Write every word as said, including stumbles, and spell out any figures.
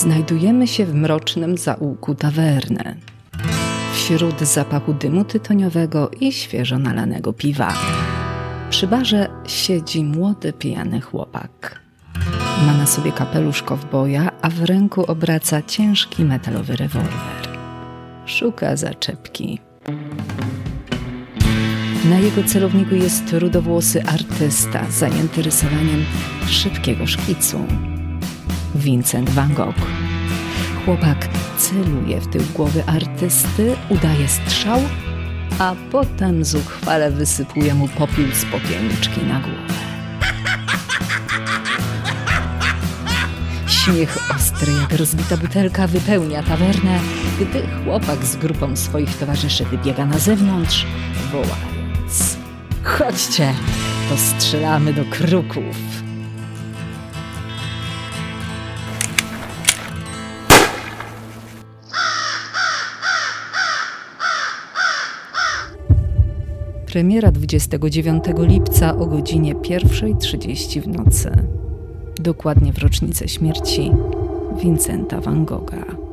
Znajdujemy się w mrocznym zaułku tawerny. Wśród zapachu dymu tytoniowego i świeżo nalanego piwa. Przy barze siedzi młody, pijany chłopak. Ma na sobie kapelusz kowboja, a w ręku obraca ciężki metalowy rewolwer. Szuka zaczepki. Na jego celowniku jest rudowłosy artysta zajęty rysowaniem szybkiego szkicu. Vincent van Gogh. Chłopak celuje w tył głowy artysty, udaje strzał, a potem zuchwale wysypuje mu popiół z popielniczki na głowę. Śmiech ostry jak rozbita butelka wypełnia tawernę, gdy chłopak z grupą swoich towarzyszy wybiega na zewnątrz, wołając: chodźcie, postrzelamy do kruków. Premiera dwudziestego dziewiątego lipca o godzinie pierwsza trzydzieści w nocy. Dokładnie w rocznicę śmierci Vincenta van Gogha.